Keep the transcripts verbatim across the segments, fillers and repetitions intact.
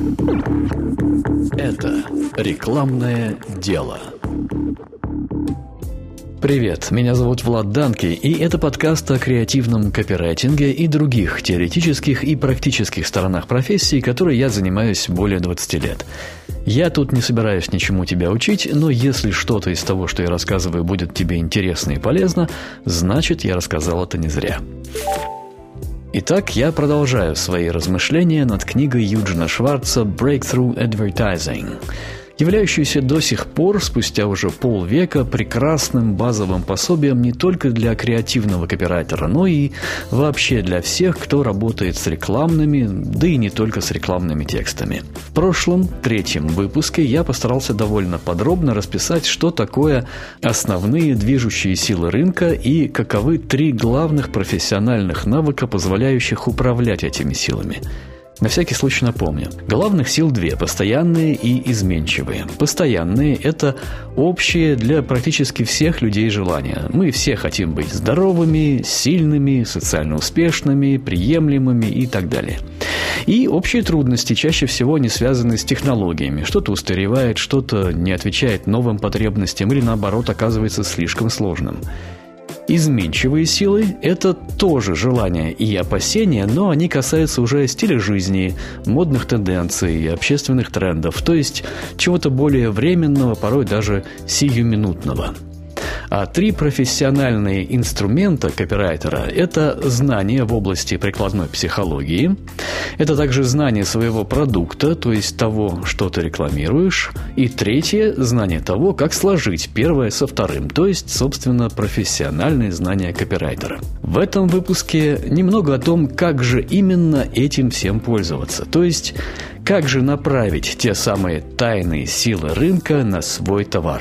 Это рекламное дело. Привет, меня зовут Влад Данки, и это подкаст о креативном копирайтинге и других теоретических и практических сторонах профессии, которой я занимаюсь более двадцати лет. Я тут не собираюсь ничему тебя учить, но если что-то из того, что я рассказываю, будет тебе интересно и полезно, значит, я рассказал это не зря. Итак, я продолжаю свои размышления над книгой Юджина Шварца «Breakthrough Advertising», являющейся до сих пор, спустя уже полвека, прекрасным базовым пособием не только для креативного копирайтера, но и вообще для всех, кто работает с рекламными, да и не только с рекламными текстами. В прошлом, третьем выпуске я постарался довольно подробно расписать, что такое основные движущие силы рынка и каковы три главных профессиональных навыка, позволяющих управлять этими силами. На всякий случай напомню. Главных сил две – постоянные и изменчивые. Постоянные – это общие для практически всех людей желания. Мы все хотим быть здоровыми, сильными, социально успешными, приемлемыми и так далее. И общие трудности чаще всего не связаны с технологиями. Что-то устаревает, что-то не отвечает новым потребностям или наоборот оказывается слишком сложным. Изменчивые силы – это тоже желания и опасения, но они касаются уже стиля жизни, модных тенденций, общественных трендов, то есть чего-то более временного, порой даже сиюминутного. А три профессиональные инструмента копирайтера – это знание в области прикладной психологии, это также знание своего продукта, то есть того, что ты рекламируешь, и третье – знание того, как сложить первое со вторым, то есть, собственно, профессиональные знания копирайтера. В этом выпуске немного о том, как же именно этим всем пользоваться, то есть, как же направить те самые тайные силы рынка на свой товар.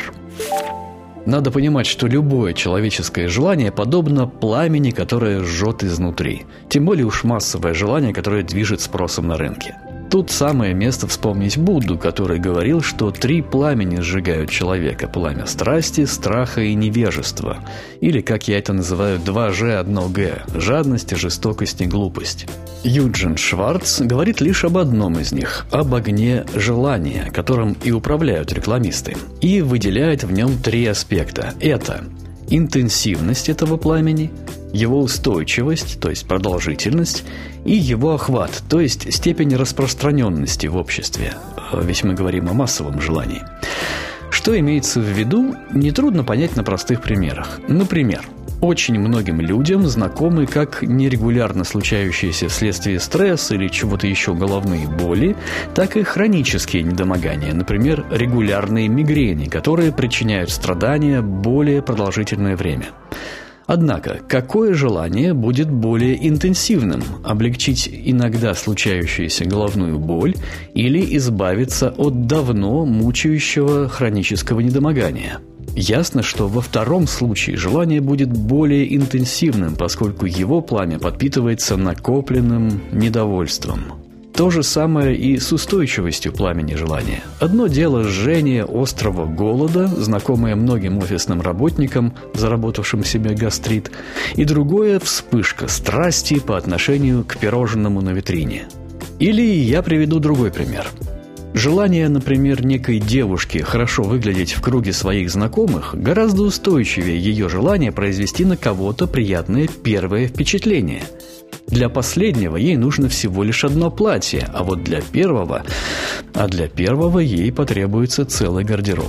Надо понимать, что любое человеческое желание подобно пламени, которое жжет изнутри. Тем более уж массовое желание, которое движет спросом на рынке. Тут самое место вспомнить Будду, который говорил, что три пламени сжигают человека: пламя страсти, страха и невежества. Или, как я это называю, два же, одно гэ – жадность, жестокость и глупость. Юджин Шварц говорит лишь об одном из них – об огне желания, которым и управляют рекламисты, и выделяет в нем три аспекта. Это интенсивность этого пламени, его устойчивость, то есть продолжительность, и его охват, то есть степень распространенности в обществе, ведь мы говорим о массовом желании. Что имеется в виду, нетрудно понять на простых примерах. Например, очень многим людям знакомы как нерегулярно случающиеся вследствие стресса или чего-то еще головные боли, так и хронические недомогания, например, регулярные мигрени, которые причиняют страдания более продолжительное время. Однако, какое желание будет более интенсивным – облегчить иногда случающуюся головную боль или избавиться от давно мучающего хронического недомогания? Ясно, что во втором случае желание будет более интенсивным, поскольку его пламя подпитывается накопленным недовольством. То же самое и с устойчивостью пламени желания. Одно дело жжение острого голода, знакомое многим офисным работникам, заработавшим себе гастрит, и другое – вспышка страсти по отношению к пирожному на витрине. Или я приведу другой пример. Желание, например, некой девушки хорошо выглядеть в круге своих знакомых гораздо устойчивее ее желания произвести на кого-то приятное первое впечатление. Для последнего ей нужно всего лишь одно платье, а вот для первого, а для первого ей потребуется целый гардероб.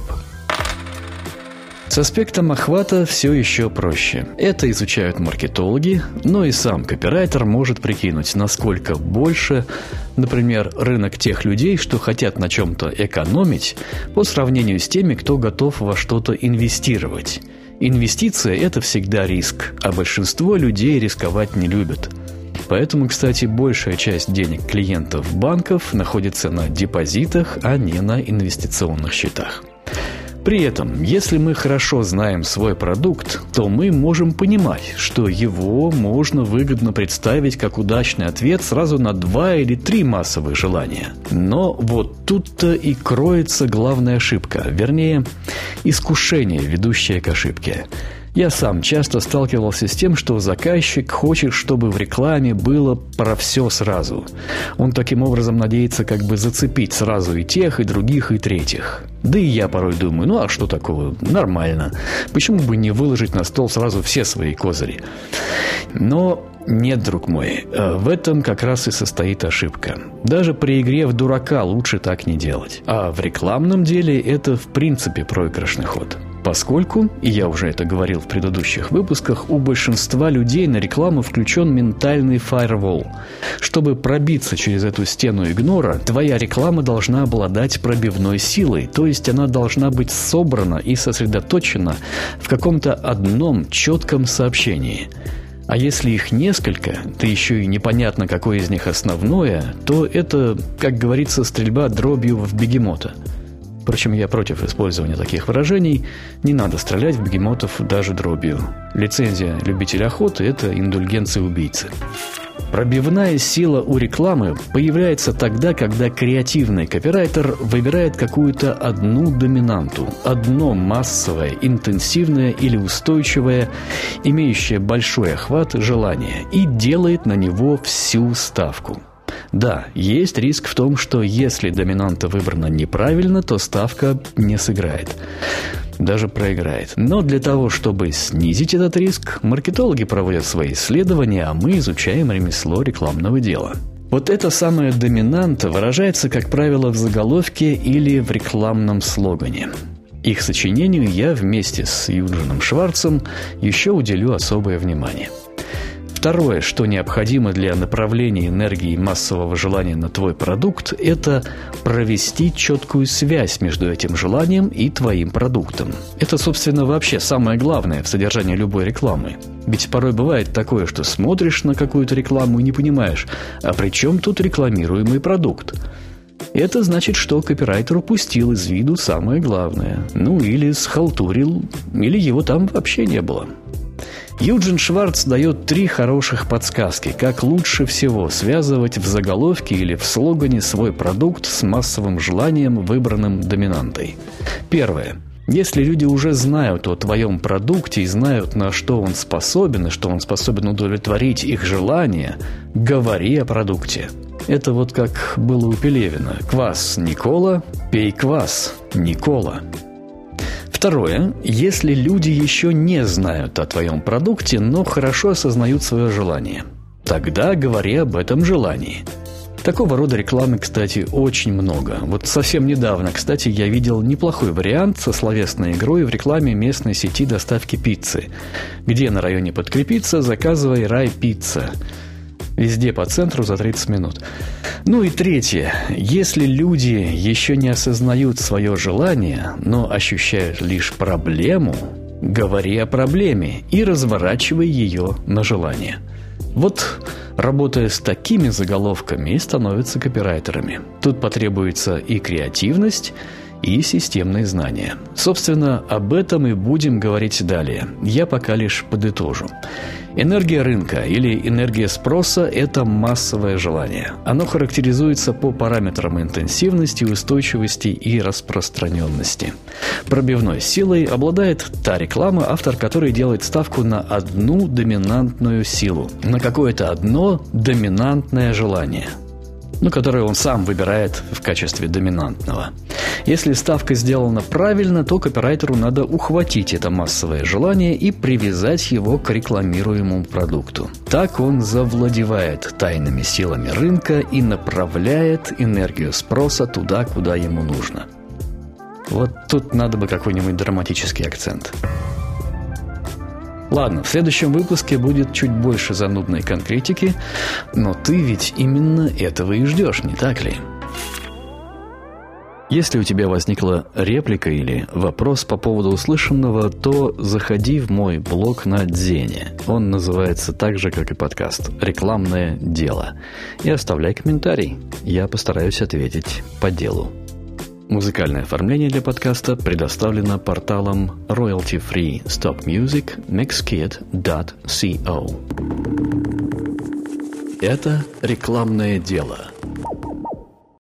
С аспектом охвата все еще проще. Это изучают маркетологи, но и сам копирайтер может прикинуть, насколько больше, например, рынок тех людей, что хотят на чем-то экономить, по сравнению с теми, кто готов во что-то инвестировать. Инвестиция – это всегда риск, а большинство людей рисковать не любят. Поэтому, кстати, большая часть денег клиентов банков находится на депозитах, а не на инвестиционных счетах. При этом, если мы хорошо знаем свой продукт, то мы можем понимать, что его можно выгодно представить как удачный ответ сразу на два или три массовых желания. Но вот тут-то и кроется главная ошибка, вернее, искушение, ведущее к ошибке. Я сам часто сталкивался с тем, что заказчик хочет, чтобы в рекламе было про все сразу. Он таким образом надеется как бы зацепить сразу и тех, и других, и третьих. Да и я порой думаю, ну а что такого? Нормально. Почему бы не выложить на стол сразу все свои козыри? Но нет, друг мой, в этом как раз и состоит ошибка. Даже при игре в дурака лучше так не делать. А в рекламном деле это в принципе проигрышный ход. Поскольку, и я уже это говорил в предыдущих выпусках, у большинства людей на рекламу включен ментальный фаервол. Чтобы пробиться через эту стену игнора, твоя реклама должна обладать пробивной силой, то есть она должна быть собрана и сосредоточена в каком-то одном четком сообщении. А если их несколько, да еще и непонятно, какое из них основное, то это, как говорится, стрельба дробью в бегемота. Впрочем, я против использования таких выражений. Не надо стрелять в бегемотов даже дробью. Лицензия любителя охоты – это индульгенция убийцы. Пробивная сила у рекламы появляется тогда, когда креативный копирайтер выбирает какую-то одну доминанту, одно массовое, интенсивное или устойчивое, имеющее большой охват желание, и делает на него всю ставку. Да, есть риск в том, что если доминанта выбрана неправильно, то ставка не сыграет. Даже проиграет. Но для того, чтобы снизить этот риск, маркетологи проводят свои исследования, а мы изучаем ремесло рекламного дела. Вот эта самая доминанта выражается, как правило, в заголовке или в рекламном слогане. Их сочинению я вместе с Юджином Шварцем еще уделю особое внимание. Второе, что необходимо для направления энергии массового желания на твой продукт, это провести четкую связь между этим желанием и твоим продуктом. Это, собственно, вообще самое главное в содержании любой рекламы. Ведь порой бывает такое, что смотришь на какую-то рекламу и не понимаешь, а при чем тут рекламируемый продукт? Это значит, что копирайтер упустил из виду самое главное. Ну, или схалтурил, или его там вообще не было. Юджин Шварц дает три хороших подсказки, как лучше всего связывать в заголовке или в слогане свой продукт с массовым желанием, выбранным доминантой. Первое. Если люди уже знают о твоем продукте и знают, на что он способен, и что он способен удовлетворить их желания, говори о продукте. Это вот как было у Пелевина. Квас Никола, пей квас Никола. Второе. Если люди еще не знают о твоем продукте, но хорошо осознают свое желание, тогда говори об этом желании. Такого рода рекламы, кстати, очень много. Вот совсем недавно, кстати, я видел неплохой вариант со словесной игрой в рекламе местной сети доставки пиццы. Где на районе подкрепиться, заказывай Рай Пицца. Везде по центру за тридцать минут. Ну и третье. Если люди еще не осознают свое желание, но ощущают лишь проблему, говори о проблеме и разворачивай ее на желание. Вот, работая с такими заголовками, и становятся копирайтерами. Тут потребуется и креативность, и системные знания. Собственно, об этом и будем говорить далее. Я пока лишь подытожу. Энергия рынка или энергия спроса – это массовое желание. Оно характеризуется по параметрам интенсивности, устойчивости и распространенности. Пробивной силой обладает та реклама, автор которой делает ставку на одну доминантную силу, на какое-то одно доминантное желание, ну, которое он сам выбирает в качестве доминантного. Если ставка сделана правильно, то копирайтеру надо ухватить это массовое желание и привязать его к рекламируемому продукту. Так он завладевает тайными силами рынка и направляет энергию спроса туда, куда ему нужно. Вот тут надо бы какой-нибудь драматический акцент. Ладно, в следующем выпуске будет чуть больше занудной конкретики, но ты ведь именно этого и ждешь, не так ли? Если у тебя возникла реплика или вопрос по поводу услышанного, то заходи в мой блог на Дзене. Он называется так же, как и подкаст «Рекламное дело». И оставляй комментарий. Я постараюсь ответить по делу. Музыкальное оформление для подкаста предоставлено порталом royalty-free stock music mixkit dot co. Это «Рекламное дело».